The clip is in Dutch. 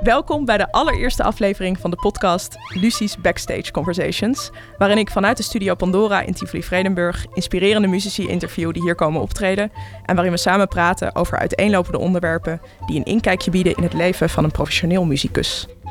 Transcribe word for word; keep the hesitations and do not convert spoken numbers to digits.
Welkom bij de allereerste aflevering van de podcast Lucie's Backstage Conversations, waarin ik vanuit de studio Pandora in Tivoli-Vredenburg inspirerende muzici interview die hier komen optreden en waarin we samen praten over uiteenlopende onderwerpen die een inkijkje bieden in het leven van een professioneel muzikus.